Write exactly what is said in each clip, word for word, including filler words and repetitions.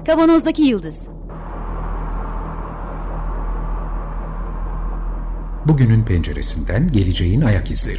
Kavanozdaki Yıldız. Bugünün penceresinden geleceğin ayak izleri.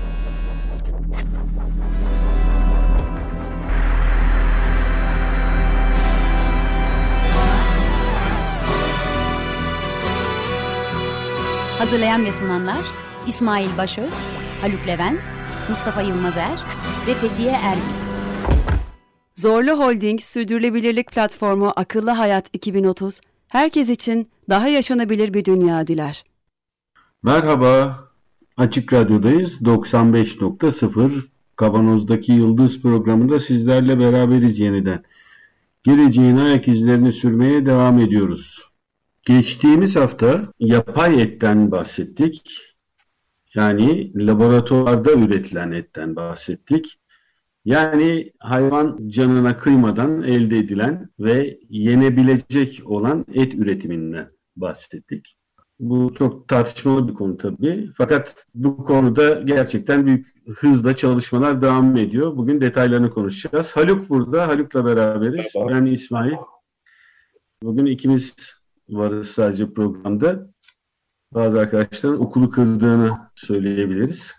Hazırlayan ve sunanlar İsmail Başöz, Haluk Levent, Mustafa Yılmazer ve Fethiye Erbil. Zorlu Holding Sürdürülebilirlik Platformu Akıllı Hayat iki bin otuz, herkes için daha yaşanabilir bir dünya diler. Merhaba, Açık Radyo'dayız. doksan beş nokta sıfır Kavanozdaki Yıldız programında sizlerle beraberiz yeniden. Geleceğin ayak izlerini sürmeye devam ediyoruz. Geçtiğimiz hafta yapay etten bahsettik. Yani laboratuvarda üretilen etten bahsettik. Yani hayvan canına kıymadan elde edilen ve yenebilecek olan et üretiminden bahsettik. Bu çok tartışmalı bir konu tabii. Fakat bu konuda gerçekten büyük hızla çalışmalar devam ediyor. Bugün detaylarını konuşacağız. Haluk burada. Haluk'la beraberiz. Merhaba. Ben İsmail. Bugün ikimiz varız sadece programda. Bazı arkadaşların okulu kırdığını söyleyebiliriz.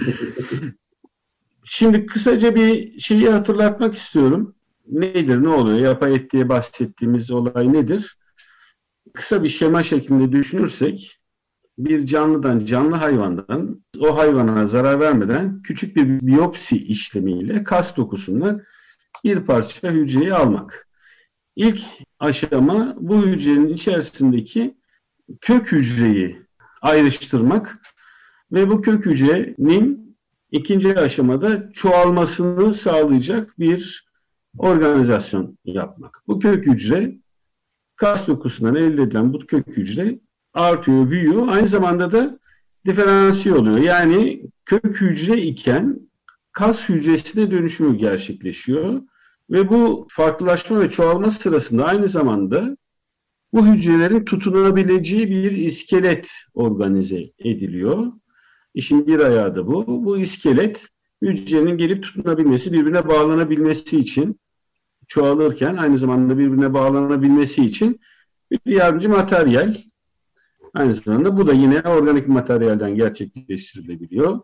Şimdi kısaca bir şeyi hatırlatmak istiyorum. Nedir, ne oluyor? Yapay et diye bahsettiğimiz olay nedir? Kısa bir şema şeklinde düşünürsek, bir canlıdan, canlı hayvandan o hayvana zarar vermeden küçük bir biyopsi işlemiyle kas dokusundan bir parça hücreyi almak. İlk aşama bu hücrenin içerisindeki kök hücreyi ayrıştırmak ve bu kök hücrenin ikinci aşamada çoğalmasını sağlayacak bir organizasyon yapmak. Bu kök hücre, kas dokusundan elde edilen bu kök hücre artıyor, büyüyor. Aynı zamanda da diferansiye oluyor. Yani kök hücre iken kas hücresine dönüşümü gerçekleşiyor. Ve bu farklılaşma ve çoğalma sırasında aynı zamanda bu hücrelerin tutunabileceği bir iskelet organize ediliyor. İşin bir ayağı da bu. Bu iskelet hücrenin gelip tutunabilmesi, birbirine bağlanabilmesi için çoğalırken aynı zamanda birbirine bağlanabilmesi için bir yardımcı materyal. Aynı zamanda bu da yine organik materyalden gerçekleştirilebiliyor.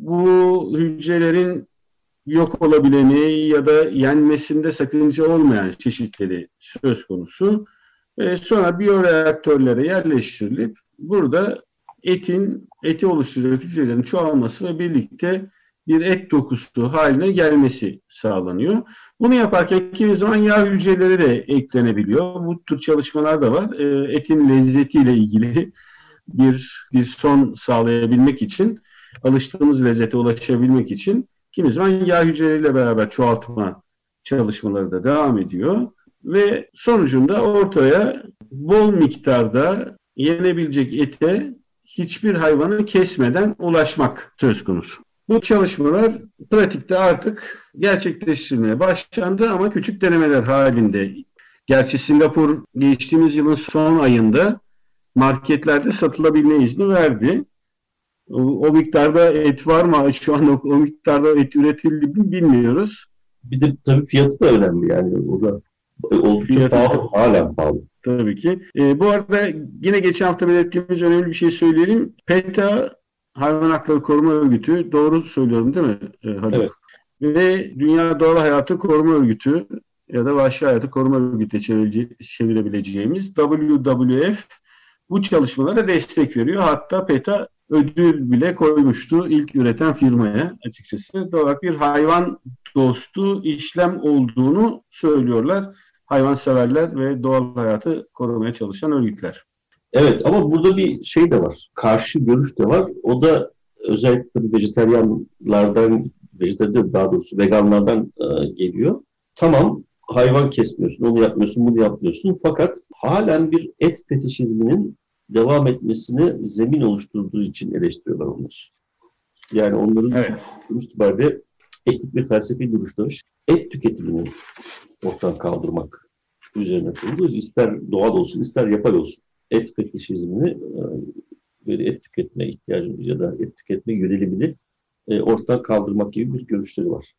Bu hücrelerin yok olabileni ya da yenmesinde sakınca olmayan çeşitleri söz konusu. Ve sonra biyoreaktörlere yerleştirilip burada etin, eti oluşturacak hücrelerin çoğalması ve birlikte bir et dokusu haline gelmesi sağlanıyor. Bunu yaparken kimi zaman yağ hücreleri de eklenebiliyor. Bu tür çalışmalar da var. E, etin lezzetiyle ilgili bir bir son sağlayabilmek için, alıştığımız lezzete ulaşabilmek için kimi zaman yağ hücreleriyle beraber çoğaltma çalışmaları da devam ediyor. Ve sonucunda ortaya bol miktarda yenebilecek ete hiçbir hayvanı kesmeden ulaşmak söz konusu. Bu çalışmalar pratikte artık gerçekleştirilmeye başlandı ama küçük denemeler halinde. Gerçi Singapur geçtiğimiz yılın son ayında marketlerde satılabilme izni verdi. O, o miktarda et var mı? Şu an o, o miktarda et üretildi mi bilmiyoruz. Bir de tabii fiyatı da önemli yani. O da oldukça pahalı, hala pahalı. Tabii ki. E, bu arada yine geçen hafta belirttiğimiz önemli bir şey söyleyelim. PETA, Hayvan Hakları Koruma Örgütü, doğru söylüyorum değil mi e, Haluk? Evet. Ve Dünya Doğal Hayatı Koruma Örgütü ya da Vahşi Hayatı Koruma Örgütü çevirebileceğimiz W W F bu çalışmalara destek veriyor. Hatta PETA ödül bile koymuştu ilk üreten firmaya açıkçası. Doğal olarak bir hayvan dostu işlem olduğunu söylüyorlar hayvanseverler ve doğal hayatı korumaya çalışan örgütler. Evet ama burada bir şey de var. Karşı görüş de var. O da özellikle vejetaryenlardan, vejetaryen daha doğrusu veganlardan e, geliyor. Tamam, hayvan kesmiyorsun, onu yapmıyorsun, bunu yapmıyorsun. Fakat halen bir et fetişizminin devam etmesine zemin oluşturduğu için eleştiriyorlar onlar. Yani onların evet. itibariyle etik ve felsefi duruşları et tüketimini ortadan kaldırmak üzerine kurulu. İster doğal olsun, ister yapay olsun. Et fetişizmini, böyle et tüketme ihtiyacını ya da et tüketme yönelimini ortadan kaldırmak gibi bir görüşleri var.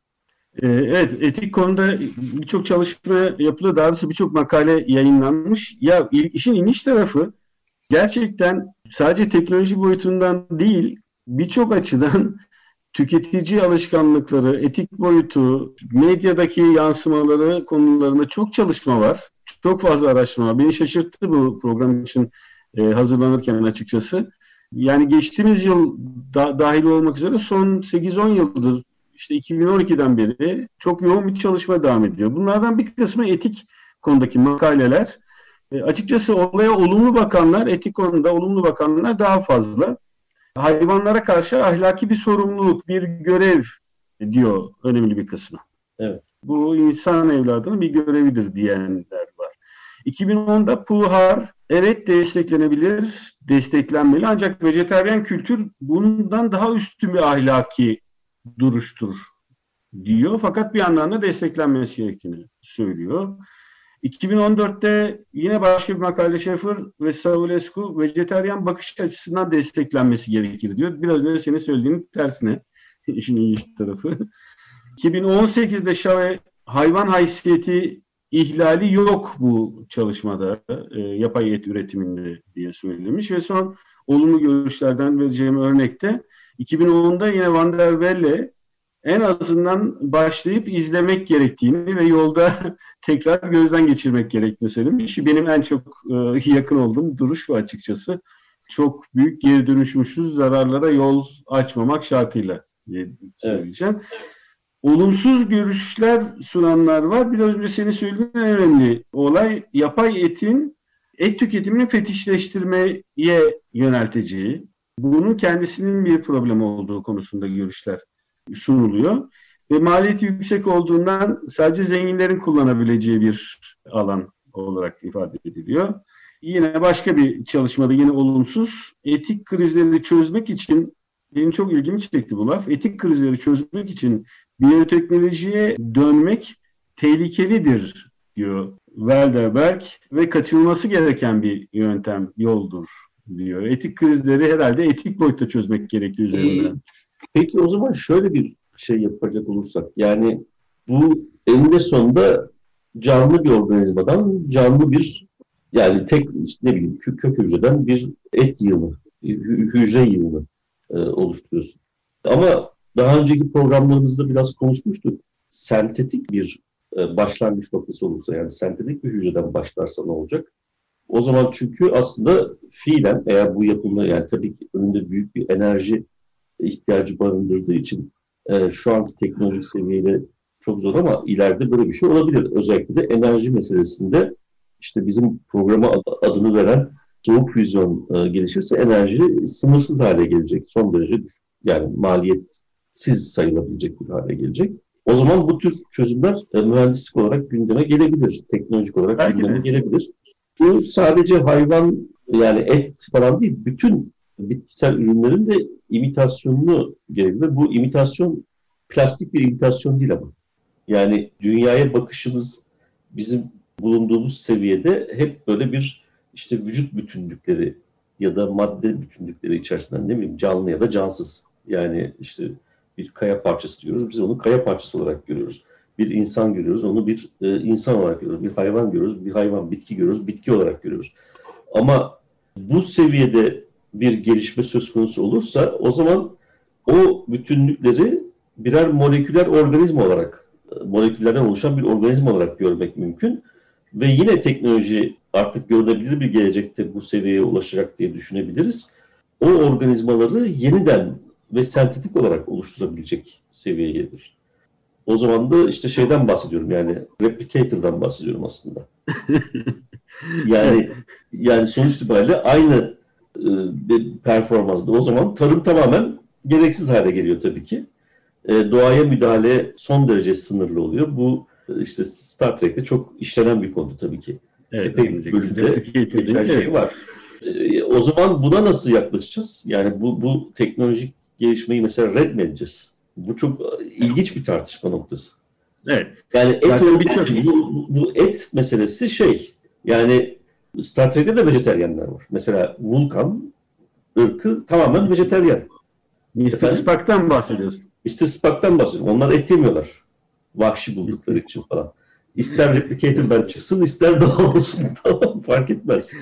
Evet, etik konuda birçok çalışma yapılıyor. Daha doğrusu birçok makale yayınlanmış. Ya işin ilginç tarafı gerçekten sadece teknoloji boyutundan değil, birçok açıdan tüketici alışkanlıkları, etik boyutu, medyadaki yansımaları konularında çok çalışma var. Çok fazla araştırma var. Beni şaşırttı bu program için e, hazırlanırken açıkçası. Yani geçtiğimiz yıl da, dahil olmak üzere son sekiz on yıldır, işte iki bin on ikiden beri çok yoğun bir çalışma devam ediyor. Bunlardan bir kısmı etik konudaki makaleler. E, açıkçası olaya olumlu bakanlar, etik konuda olumlu bakanlar daha fazla. Hayvanlara karşı ahlaki bir sorumluluk, bir görev diyor önemli bir kısmı. Evet. Bu insan evladının bir görevidir diyenler var. iki bin onda Pulhar, evet desteklenebilir, desteklenmeli ancak vejetaryen kültür bundan daha üstün bir ahlaki duruştur diyor. Fakat bir yandan da desteklenmesi gerektiğini söylüyor. iki bin on dörtte yine başka bir makale Schaeffer ve Savulescu vejetaryen bakış açısından desteklenmesi gerekir diyor. Biraz önce senin söylediğinin tersine. İşin ilginç tarafı. iki bin on sekizde Şave hayvan haysiyeti ihlali yok bu çalışmada, e, yapay et üretiminde diye söylemiş ve son olumlu görüşlerden vereceğim örnekte iki bin onda yine Van der Welle en azından başlayıp izlemek gerektiğini ve yolda tekrar gözden geçirmek gerektiğini söylemiş. Benim en çok e, yakın olduğum duruş bu açıkçası. Çok büyük geri dönüşmüşüz, zararlara yol açmamak şartıyla diye söyleyeceğim. Evet. Olumsuz görüşler sunanlar var. Biraz önce senin söylediğin en önemli olay yapay etin et tüketimini fetişleştirmeye yönelteceği. Bunun kendisinin bir problem olduğu konusunda görüşler sunuluyor. Ve maliyeti yüksek olduğundan sadece zenginlerin kullanabileceği bir alan olarak ifade ediliyor. Yine başka bir çalışmada yine olumsuz. Etik krizleri çözmek için, benim çok ilgimi çekti bu laf, etik krizleri çözmek için biyoteknolojiye dönmek tehlikelidir diyor Welderberg ve kaçınılması gereken bir yöntem, yoldur diyor. Etik krizleri herhalde etik boyutta çözmek gerektiği üzerinden. Peki o zaman şöyle bir şey yapacak olursak, yani bu eninde sonunda canlı bir organizmadan canlı bir, yani tek ne bileyim kök hücreden bir et yığını, hücre yığını e, oluşturuyorsun. Ama daha önceki programlarımızda biraz konuşmuştuk. Sentetik bir e, başlangıç noktası olursa, yani sentetik bir hücreden başlarsa ne olacak? O zaman çünkü aslında fiilen eğer bu yapımda, yani tabii ki önünde büyük bir enerji ihtiyacı barındırdığı için e, şu anki teknolojik seviyeyle çok zor ama ileride böyle bir şey olabilir. Özellikle de enerji meselesinde işte bizim programa adını veren soğuk füzyon e, gelişirse enerji sınırsız hale gelecek. Son derece düşük, yani maliyetsiz sayılabilecek bir hale gelecek. O zaman bu tür çözümler e, mühendislik olarak gündeme gelebilir. Teknolojik olarak belki gündeme de gelebilir. Bu sadece hayvan, yani et falan değil, bütün bitkisel ürünlerin de imitasyonunu gerektirir. Bu imitasyon plastik bir imitasyon değil ama. Yani dünyaya bakışımız bizim bulunduğumuz seviyede hep böyle bir işte vücut bütünlükleri ya da madde bütünlükleri içerisinden, ne bileyim, canlı ya da cansız. Yani işte bir kaya parçası diyoruz, biz onu kaya parçası olarak görüyoruz. Bir insan görüyoruz, onu bir e, insan olarak görüyoruz. Bir hayvan görüyoruz, bir hayvan, bitki görüyoruz, bitki olarak görüyoruz. Ama bu seviyede bir gelişme söz konusu olursa o zaman o bütünlükleri birer moleküler organizma olarak, moleküllerden oluşan bir organizma olarak görmek mümkün. Ve yine teknoloji artık görülebilir bir gelecekte bu seviyeye ulaşacak diye düşünebiliriz. O organizmaları yeniden ve sentetik olarak oluşturabilecek seviyeye gelir. O zaman da işte şeyden bahsediyorum, yani replicator'dan bahsediyorum aslında. Yani yani sonuç itibariyle aynı e, performansda o zaman tarım tamamen gereksiz hale geliyor tabii ki. E, doğaya müdahale son derece sınırlı oluyor. Bu işte Star Trek'te çok işlenen bir konu tabii ki. Evet, epey bölümde bir şey var. E, o zaman buna nasıl yaklaşacağız? Yani bu, bu teknolojik gelişmeyi mesela red mi edeceğiz? Bu çok ilginç bir tartışma noktası. Evet. Yani et örneği, bu, bu et meselesi şey, yani Star Trek'te de vejeteryenler var. Mesela Vulkan ırkı tamamen vejeteryen. mister Spock'tan bahsediyorsun. mister Spock'tan bahsediyorum. Onlar et yemiyorlar. Vahşi buldukları için falan. İster replicated'dan çıksın, ister doğal olsun. Tamam, fark etmez.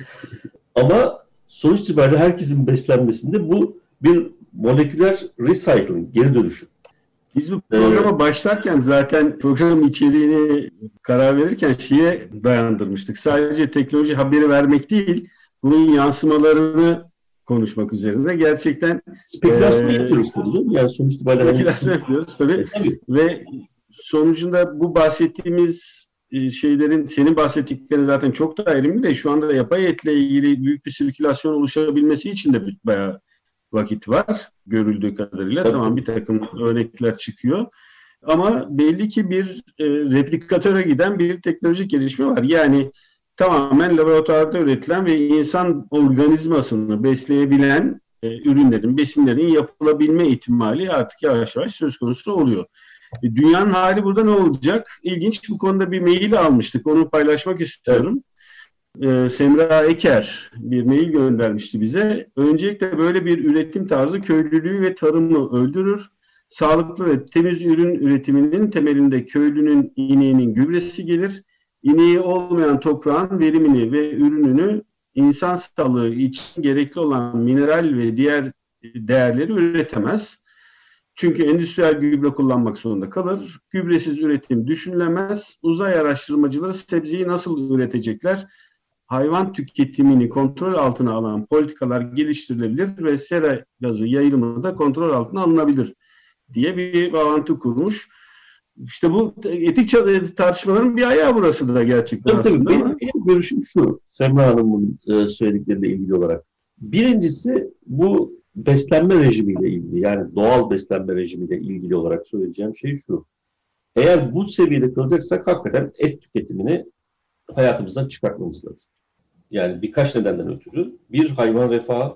Ama sonuç itibariyle herkesin beslenmesinde bu bir moleküler recycling, geri dönüşüm. Biz bu programa ee, başlarken zaten programın içeriğini karar verirken şeye dayandırmıştık. Sadece teknoloji haberi vermek değil, bunun yansımalarını konuşmak üzerine. Gerçekten spekülasyon e, yapıyoruz tabii. Yani sonuç itibariyle spekülasyon yapıyoruz tabii. E, tabii. Ve sonucunda bu bahsettiğimiz şeylerin, senin bahsettiklerin zaten çok daha önemli de şu anda yapay etle ilgili büyük bir sirkülasyon oluşabilmesi için de bayağı vakit var görüldüğü kadarıyla. Tabii. Tamam, bir takım örnekler çıkıyor. Ama belli ki bir e, replikatöre giden bir teknolojik gelişme var. Yani tamamen laboratuvarda üretilen ve insan organizmasını besleyebilen e, ürünlerin, besinlerin yapılabilme ihtimali artık yavaş yavaş söz konusu oluyor. E, dünyanın hali burada ne olacak? İlginç, bu konuda bir mail almıştık. Onu paylaşmak istiyorum. Ee, Semra Eker bir mail göndermişti bize. Öncelikle böyle bir üretim tarzı köylülüğü ve tarımı öldürür. Sağlıklı ve temiz ürün üretiminin temelinde köylünün ineğinin gübresi gelir. İneği olmayan toprağın verimini ve ürününü insan sağlığı için gerekli olan mineral ve diğer değerleri üretemez. Çünkü endüstriyel gübre kullanmak zorunda kalır. Gübresiz üretim düşünülemez. Uzay araştırmacıları sebzeyi nasıl üretecekler? Hayvan tüketimini kontrol altına alan politikalar geliştirilebilir ve sera gazı yayılımı da kontrol altına alınabilir diye bir bağlantı kurmuş. İşte bu etik tartışmaların bir ayağı burası da gerçekten tabii, aslında. Tabii, benim, benim görüşüm şu, Semra Hanım'ın e, söyledikleriyle ilgili olarak. Birincisi bu beslenme rejimiyle ilgili, yani doğal beslenme rejimiyle ilgili olarak söyleyeceğim şey şu. Eğer bu seviyede kalacaksak hakikaten et tüketimini hayatımızdan çıkartmamız lazım. Yani birkaç nedenden ötürü. Bir, hayvan refahı.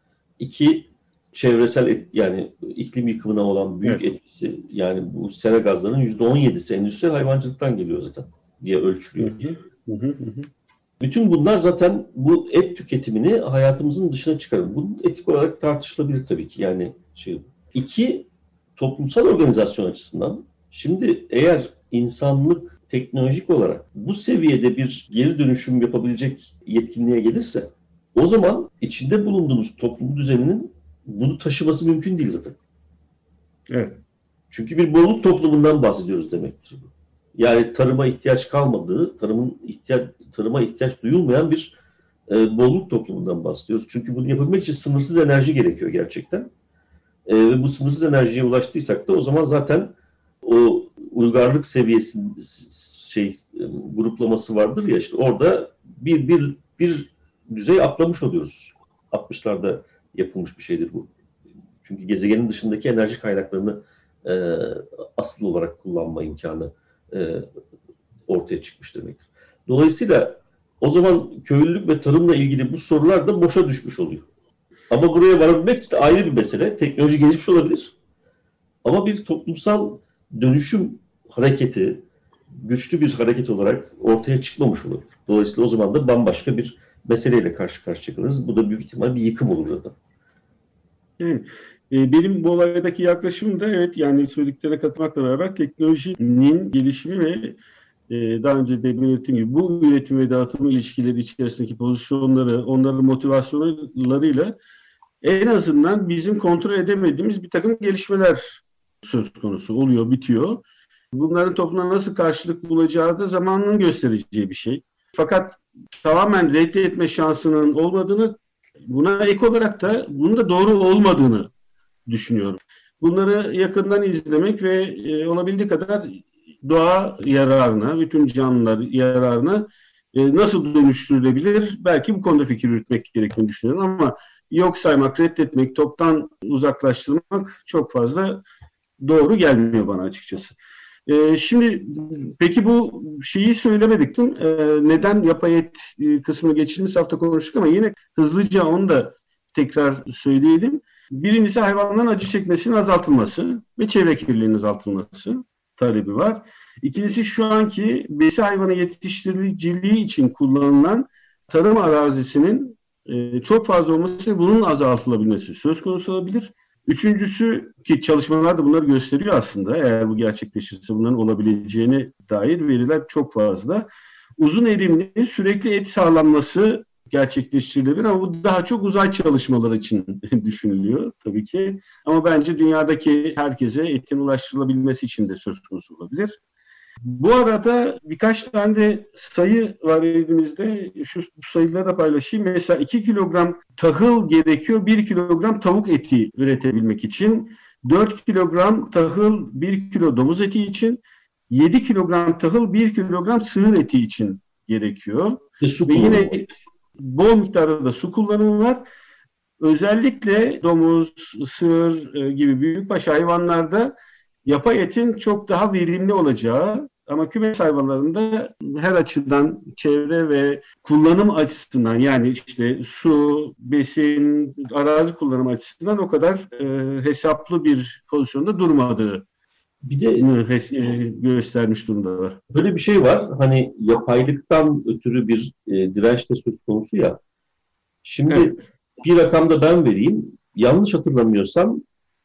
İki, çevresel et, yani iklim yıkımına olan büyük evet. etkisi. Yani bu sera gazlarının yüzde on yedisi endüstriyel hayvancılıktan geliyor zaten diye ölçülüyor. Hı hı hı. Bütün bunlar zaten bu et tüketimini hayatımızın dışına çıkarır. Bu etik olarak tartışılabilir tabii ki. Yani şey. İki, toplumsal organizasyon açısından. Şimdi eğer insanlık teknolojik olarak bu seviyede bir geri dönüşüm yapabilecek yetkinliğe gelirse, o zaman içinde bulunduğumuz toplum düzeninin bunu taşıması mümkün değil zaten. Evet. Çünkü bir bolluk toplumundan bahsediyoruz demektir bu. Yani tarıma ihtiyaç kalmadığı, tarımın ihtiyaç, tarıma ihtiyaç duyulmayan bir e, bolluk toplumundan bahsediyoruz. Çünkü bunu yapabilmek için sınırsız enerji gerekiyor gerçekten. E, ve bu sınırsız enerjiye ulaştıysak da o zaman zaten o uygarlık seviyesinin şey gruplaması vardır ya, işte orada bir bir bir düzey atlamış oluyoruz. altmışlarda yapılmış bir şeydir bu. Çünkü gezegenin dışındaki enerji kaynaklarını e, asıl olarak kullanma imkanı e, ortaya çıkmış demektir. Dolayısıyla o zaman köylülük ve tarımla ilgili bu sorular da boşa düşmüş oluyor. Ama buraya varabilmek de ayrı bir mesele. Teknoloji gelişmiş olabilir. Ama bir toplumsal dönüşüm hareketi, güçlü bir hareket olarak ortaya çıkmamış olabilir. Dolayısıyla o zaman da bambaşka bir meseleyle karşı karşıya kalırız. Bu da büyük ihtimal bir yıkım olur zaten. Evet. Benim bu olaydaki yaklaşımım da evet, yani söylediklerine katılmakla beraber teknolojinin gelişimi ve daha önce de belirttiğim gibi bu üretim ve dağıtım ilişkileri içerisindeki pozisyonları, onların motivasyonlarıyla en azından bizim kontrol edemediğimiz bir takım gelişmeler söz konusu oluyor, bitiyor. Bunların toplumda nasıl karşılık bulacağı da zamanın göstereceği bir şey. Fakat tamamen reddetme şansının olmadığını, buna ek olarak da bunun da doğru olmadığını düşünüyorum. Bunları yakından izlemek ve e, olabildiği kadar doğa yararına, bütün canlılar yararına e, nasıl dönüştürülebilir? Belki bu konuda fikir yürütmek gerektiğini düşünüyorum ama yok saymak, reddetmek, toptan uzaklaştırmak çok fazla doğru gelmiyor bana açıkçası. Ee, şimdi peki bu şeyi söylemedik değil mi? Ee, neden yapay et e, kısmını geçtiğimiz hafta konuştuk ama yine hızlıca onu da tekrar söyleyelim. Birincisi hayvanların acı çekmesinin azaltılması ve çevre kirliliğinin azaltılması talebi var. İkincisi şu anki besi hayvanı yetiştiriciliği için kullanılan tarım arazisinin e, çok fazla olması ve bunun azaltılabilmesi söz konusu olabilir. Üçüncüsü ki çalışmalar da bunları gösteriyor aslında. Eğer bu gerçekleşirse bunların olabileceğine dair veriler çok fazla. Uzun erimli sürekli et sağlanması gerçekleştirilebilir ama bu daha çok uzay çalışmaları için düşünülüyor tabii ki. Ama bence dünyadaki herkese etin ulaştırılabilmesi için de söz konusu olabilir. Bu arada birkaç tane de sayı var elimizde. Şu sayıları da paylaşayım. Mesela iki kilogram tahıl gerekiyor bir kilogram tavuk eti üretebilmek için. dört kilogram tahıl bir kilo domuz eti için. yedi kilogram tahıl bir kilogram sığır eti için gerekiyor. Ve yine bol miktarda da su kullanımı var. Özellikle domuz, sığır gibi büyükbaş hayvanlarda yapay etin çok daha verimli olacağı ama kümes hayvanlarında her açıdan çevre ve kullanım açısından yani işte su, besin, arazi kullanımı açısından o kadar e, hesaplı bir pozisyonda durmadığı bir de e, göstermiş durumda var. Böyle bir şey var. Hani yapaylıktan ötürü bir e, direnç de söz konusu ya. Şimdi evet. Bir rakam da ben vereyim. Yanlış hatırlamıyorsam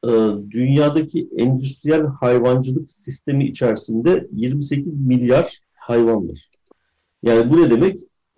dünyadaki endüstriyel hayvancılık sistemi içerisinde yirmi sekiz milyar hayvan var. Yani bu ne demek?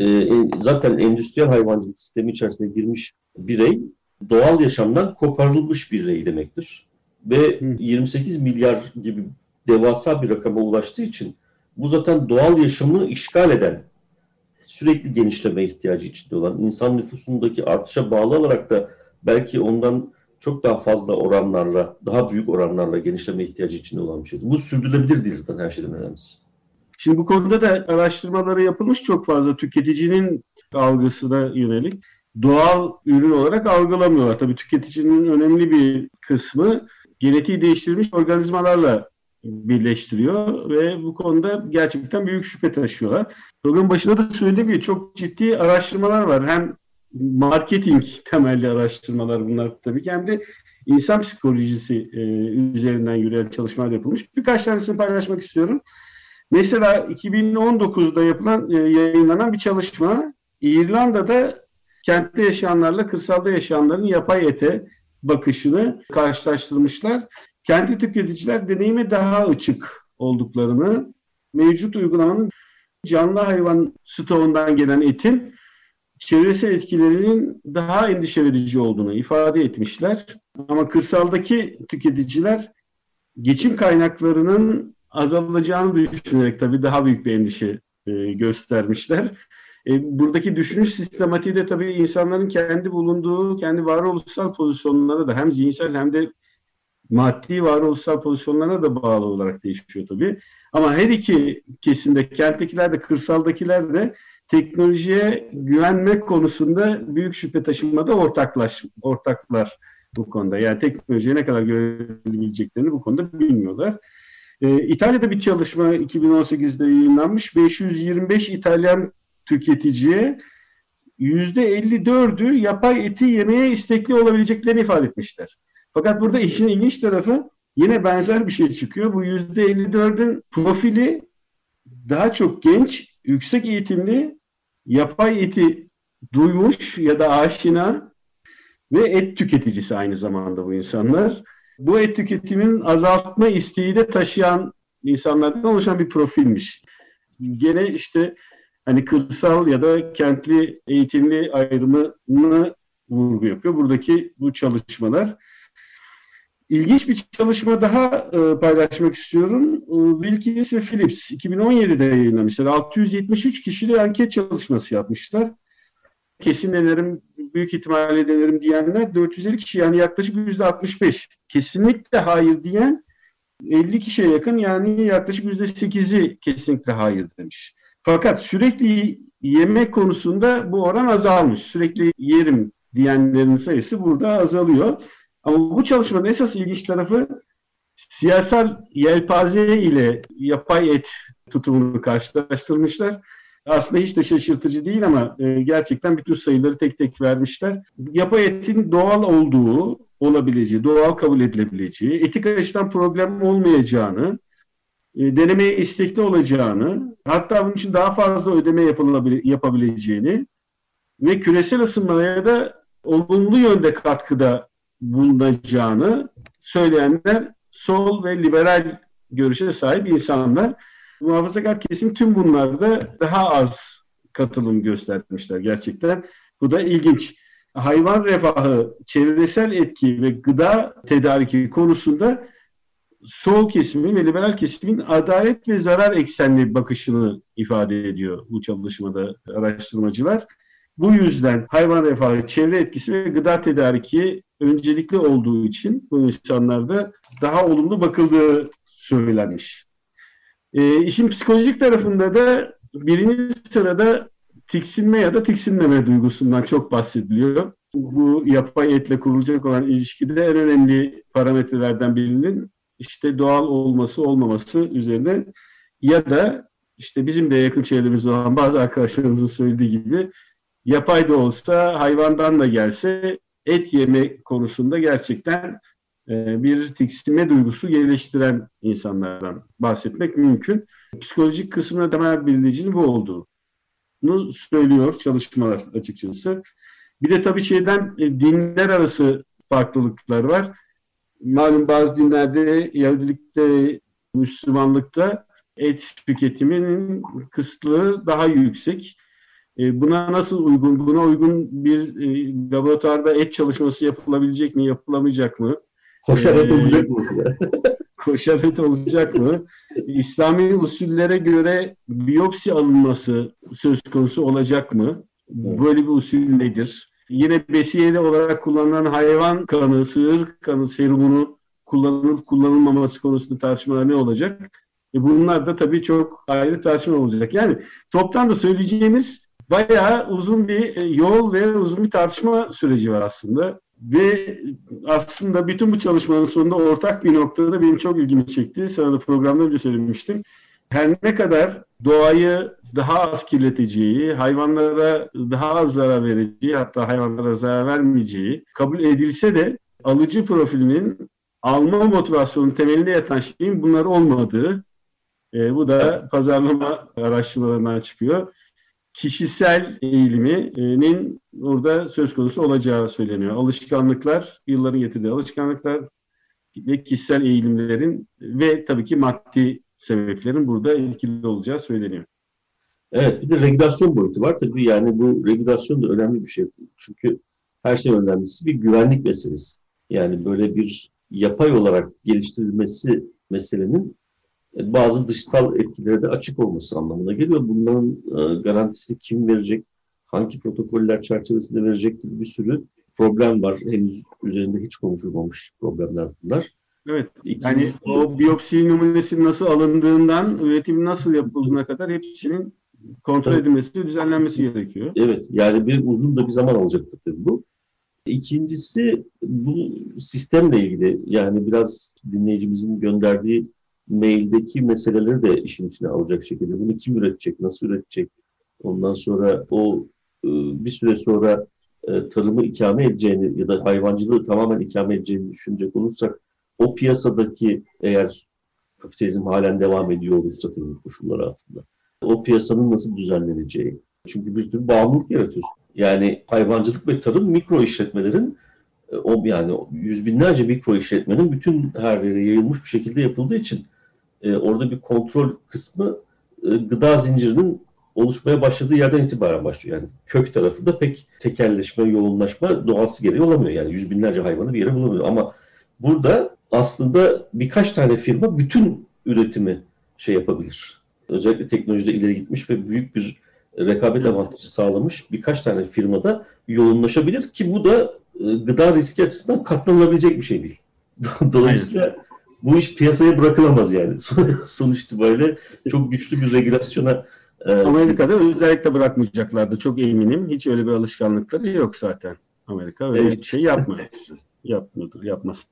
Zaten endüstriyel hayvancılık sistemi içerisine girmiş birey, doğal yaşamdan koparılmış birey demektir. Ve yirmi sekiz milyar gibi devasa bir rakama ulaştığı için bu zaten doğal yaşamı işgal eden, sürekli genişleme ihtiyacı içinde olan, insan nüfusundaki artışa bağlı olarak da belki ondan çok daha fazla oranlarla, daha büyük oranlarla genişleme ihtiyacı içinde olan bir şeydi. Bu sürdürülebilir değil zaten her şeyden önemlisi. Şimdi bu konuda da araştırmaları yapılmış çok fazla tüketicinin algısına yönelik. Doğal ürün olarak algılamıyorlar. Tabii tüketicinin önemli bir kısmı genetiği değiştirilmiş organizmalarla birleştiriyor ve bu konuda gerçekten büyük şüphe taşıyorlar. Programın başında da söylediğim gibi çok ciddi araştırmalar var. Hem marketing temelli araştırmalar bunlar tabii ki hem de insan psikolojisi e, üzerinden yürüyen çalışmalar yapılmış. Birkaç tanesini paylaşmak istiyorum. Mesela iki bin on dokuzda yapılan, e, yayınlanan bir çalışma İrlanda'da kentte yaşayanlarla kırsalda yaşayanların yapay ete bakışını karşılaştırmışlar. Kentli tüketiciler deneyime daha açık olduklarını, mevcut uygulamanın canlı hayvan stoğundan gelen etin çevresel etkilerinin daha endişe verici olduğunu ifade etmişler. Ama kırsaldaki tüketiciler geçim kaynaklarının azalacağını düşünerek tabii daha büyük bir endişe e, göstermişler. E, buradaki düşünüş sistematiği de tabii insanların kendi bulunduğu, kendi varoluşsal pozisyonlara da hem zihinsel hem de maddi varoluşsal pozisyonlarına da bağlı olarak değişiyor tabii. Ama her iki kesimde, kenttekiler de kırsaldakiler de teknolojiye güvenmek konusunda büyük şüphe taşımada ortaklaş, ortaklar bu konuda. Yani teknolojiye ne kadar güvenebileceklerini bu konuda bilmiyorlar. Ee, İtalya'da bir çalışma iki bin on sekizde yayınlanmış. beş yüz yirmi beş İtalyan tüketiciye yüzde elli dördü yapay eti yemeye istekli olabileceklerini ifade etmişler. Fakat burada işin ilginç tarafı yine benzer bir şey çıkıyor. Bu yüzde elli dördün profili daha çok genç, yüksek eğitimli, yapay eti duymuş ya da aşina ve et tüketicisi aynı zamanda bu insanlar. Bu et tüketiminin azaltma isteği de taşıyan insanlardan oluşan bir profilmiş. Gene işte hani kırsal ya da kentli eğitimli ayrımını vurgu yapıyor buradaki bu çalışmalar. İlginç bir çalışma daha e, paylaşmak istiyorum. E, Wilkins ve Phillips iki bin on yedide yayınlamışlar. altı yüz yetmiş üç kişiyle anket çalışması yapmışlar. Kesin denerim, büyük ihtimalle denerim diyenler dört yüz elli kişi, yani yaklaşık yüzde altmış beş. Kesinlikle hayır diyen elli kişiye yakın, yani yaklaşık yüzde sekizi kesinlikle hayır demiş. Fakat sürekli yemek konusunda bu oran azalmış. Sürekli yerim diyenlerin sayısı burada azalıyor. Ama bu çalışmanın esas ilginç tarafı siyasal yelpaze ile yapay et tutumunu karşılaştırmışlar. Aslında hiç de şaşırtıcı değil ama e, gerçekten bütün sayıları tek tek vermişler. Yapay etin doğal olduğu, olabileceği, doğal kabul edilebileceği, etik açıdan problem olmayacağını, e, denemeye istekli olacağını, hatta bunun için daha fazla ödeme yapabileceğini ve küresel ısınmaya da olumlu yönde katkıda bulunacağını söyleyenler sol ve liberal görüşe sahip insanlar. Muhafazakar kesim tüm bunlarda daha az katılım göstermişler gerçekten. Bu da ilginç. Hayvan refahı, çevresel etki ve gıda tedariki konusunda sol kesimin ve liberal kesimin adalet ve zarar eksenli bakışını ifade ediyor bu çalışmada araştırmacılar. Bu yüzden hayvan refahı, çevre etkisi ve gıda tedariki öncelikli olduğu için bu insanlarda daha olumlu bakıldığı söylenmiş. E, işin psikolojik tarafında da birinci sırada tiksinme ya da tiksinmeme duygusundan çok bahsediliyor. Bu yapay etle kurulacak olan ilişkide en önemli parametrelerden birinin işte doğal olması olmaması üzerine ya da işte bizim de yakın çevremizde olan bazı arkadaşlarımızın söylediği gibi yapay da olsa hayvandan da gelse et yeme konusunda gerçekten e, bir tiksinme duygusu geliştiren insanlardan bahsetmek mümkün. Psikolojik kısmına temel belirleyicinin bu olduğunu söylüyor çalışmalar açıkçası. Bir de tabii şeyden e, dinler arası farklılıklar var. Malum bazı dinlerde, Yahudilikte, Müslümanlıkta et tüketiminin kısıtlığı daha yüksek. E, buna nasıl uygun, buna uygun bir e, laboratuvarda et çalışması yapılabilecek mi, yapılamayacak mı? Koşar et e, olacak mı? Koşar et olacak mı? İslami usullere göre biyopsi alınması söz konusu olacak mı? Böyle bir usul nedir? Yine besiyeli olarak kullanılan hayvan kanı, sığır kanı serumunu kullanılıp kullanılmaması konusunda tartışmalar ne olacak? E bunlar da tabii çok ayrı tartışma olacak. Yani toplamda söyleyeceğimiz bayağı uzun bir yol ve uzun bir tartışma süreci var aslında. Ve aslında bütün bu çalışmanın sonunda ortak bir noktada benim çok ilgimi çekti. Sana da programda önce söylemiştim. Her ne kadar doğayı daha az kirleteceği, hayvanlara daha az zarar vereceği, hatta hayvanlara zarar vermeyeceği kabul edilse de alıcı profilinin alma motivasyonunun temelinde yatan şeyin bunlar olmadığı, e, bu da pazarlama araştırmalarından çıkıyor. Kişisel eğiliminin orada söz konusu olacağı söyleniyor. Alışkanlıklar, yılların getirdiği alışkanlıklar ve kişisel eğilimlerin ve tabii ki maddi sebeplerin burada etkili olacağı söyleniyor. Evet, bir de regülasyon boyutu var. Tabii yani bu regülasyon da önemli bir şey. Çünkü her şey önemlisi bir güvenlik meselesi. Yani böyle bir yapay olarak geliştirilmesi meselenin bazı dışsal etkilere de açık olması anlamına geliyor. Bunların e, garantisi kim verecek, hangi protokoller çerçevesinde verecek gibi bir sürü problem var. Henüz üzerinde hiç konuşulmamış problemler bunlar. Evet, yani o biyopsi numunesinin nasıl alındığından üretimin nasıl yapıldığına kadar hepsinin kontrol edilmesi, düzenlenmesi gerekiyor. Evet, yani bir uzun da bir zaman alacaktır tabii bu. İkincisi bu sistemle ilgili, yani biraz dinleyicimizin gönderdiği maildeki meseleleri de işin içine alacak şekilde. Bunu kim üretecek, nasıl üretecek? Ondan sonra o bir süre sonra tarımı ikame edeceğini ya da hayvancılığı tamamen ikame edeceğini düşünecek olursak o piyasadaki, eğer kapitalizm halen devam ediyor olursa tabii koşullar altında, o piyasanın nasıl düzenleneceği. Çünkü bir tür bağımlılık yaratıyorsun. Yani hayvancılık ve tarım mikro işletmelerin, o yani yüz binlerce mikro işletmenin bütün her yere yayılmış bir şekilde yapıldığı için e, orada bir kontrol kısmı e, gıda zincirinin oluşmaya başladığı yerden itibaren başlıyor. Yani kök tarafında pek tekelleşme, yoğunlaşma doğası gereği olamıyor. Yani yüz binlerce hayvanı bir yere bulamıyor. Ama burada aslında birkaç tane firma bütün üretimi şey yapabilir. Özellikle teknolojide ileri gitmiş ve büyük bir rekabet avantajı sağlamış birkaç tane firmada yoğunlaşabilir ki bu da e, gıda riski açısından katlanılabilecek bir şey değil. Dolayısıyla bu iş piyasaya bırakılamaz yani. Sonuç itibariyle çok güçlü bir regülasyona e, Amerika'da özellikle bırakmayacaklardı. Çok eminim. Hiç öyle bir alışkanlıkları yok zaten. Amerika öyle evet. bir şey yapmıyor. Yapmıyordur, yapmaz.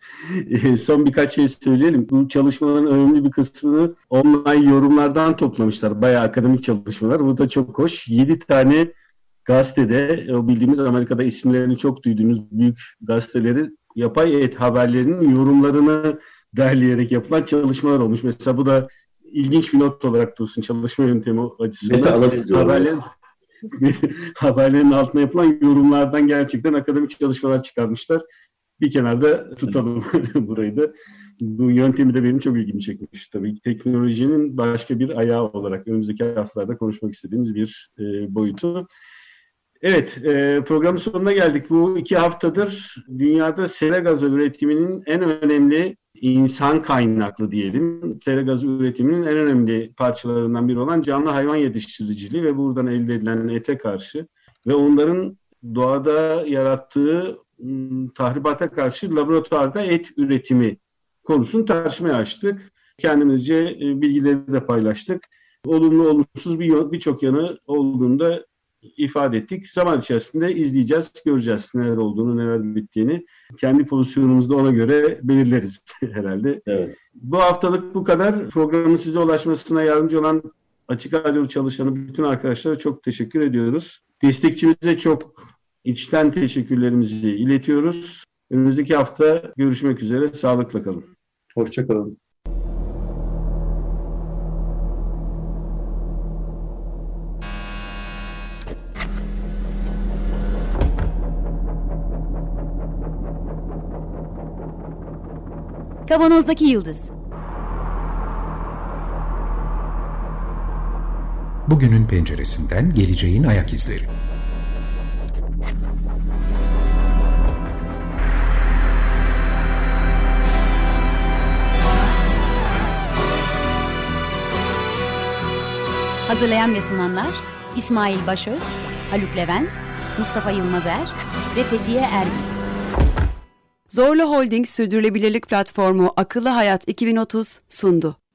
Son birkaç şey söyleyelim. Bu çalışmaların önemli bir kısmını online yorumlardan toplamışlar. Bayağı akademik çalışmalar. Bu da çok hoş. Yedi tane gazetede, o bildiğimiz Amerika'da isimlerini çok duyduğunuz büyük gazeteleri yapay et haberlerinin yorumlarını derleyerek yapılan çalışmalar olmuş. Mesela bu da ilginç bir not olarak dursun çalışma yöntemi açısından. Haberlerin, haberlerin altına yapılan yorumlardan gerçekten akademik çalışmalar çıkarmışlar. bir kenarda tutalım burayı da. Bu yöntemi de benim çok ilgimi çekmiş. Tabii teknolojinin başka bir ayağı olarak önümüzdeki haftalarda konuşmak istediğimiz bir e, boyutu. Evet, e, programın sonuna geldik. Bu iki haftadır dünyada sera gazı üretiminin en önemli insan kaynaklı diyelim, sera gazı üretiminin en önemli parçalarından biri olan canlı hayvan yetiştiriciliği ve buradan elde edilen ete karşı ve onların doğada yarattığı m, tahribata karşı laboratuvarda et üretimi konusunu tartışmaya açtık. Kendimizce e, bilgileri de paylaştık. Olumlu olumsuz bir birçok yanı olduğunu da ifade ettik. Zaman içerisinde izleyeceğiz, göreceğiz neler olduğunu, neler bittiğini. Kendi pozisyonumuzda ona göre belirleriz herhalde. Evet. Bu haftalık bu kadar. Programın size ulaşmasına yardımcı olan Açık Radyo çalışanı bütün arkadaşlara çok teşekkür ediyoruz. Destekçimize çok içten teşekkürlerimizi iletiyoruz. Önümüzdeki hafta görüşmek üzere. Sağlıkla kalın. Hoşça kalın. Kavanozdaki Yıldız. Bugünün penceresinden geleceğin ayak izleri. Hazırlayan ve sunanlar İsmail Başöz, Haluk Levent, Mustafa Yılmazer ve Fethiye Erbil. Zorlu Holding Sürdürülebilirlik Platformu Akıllı Hayat iki bin otuz sundu.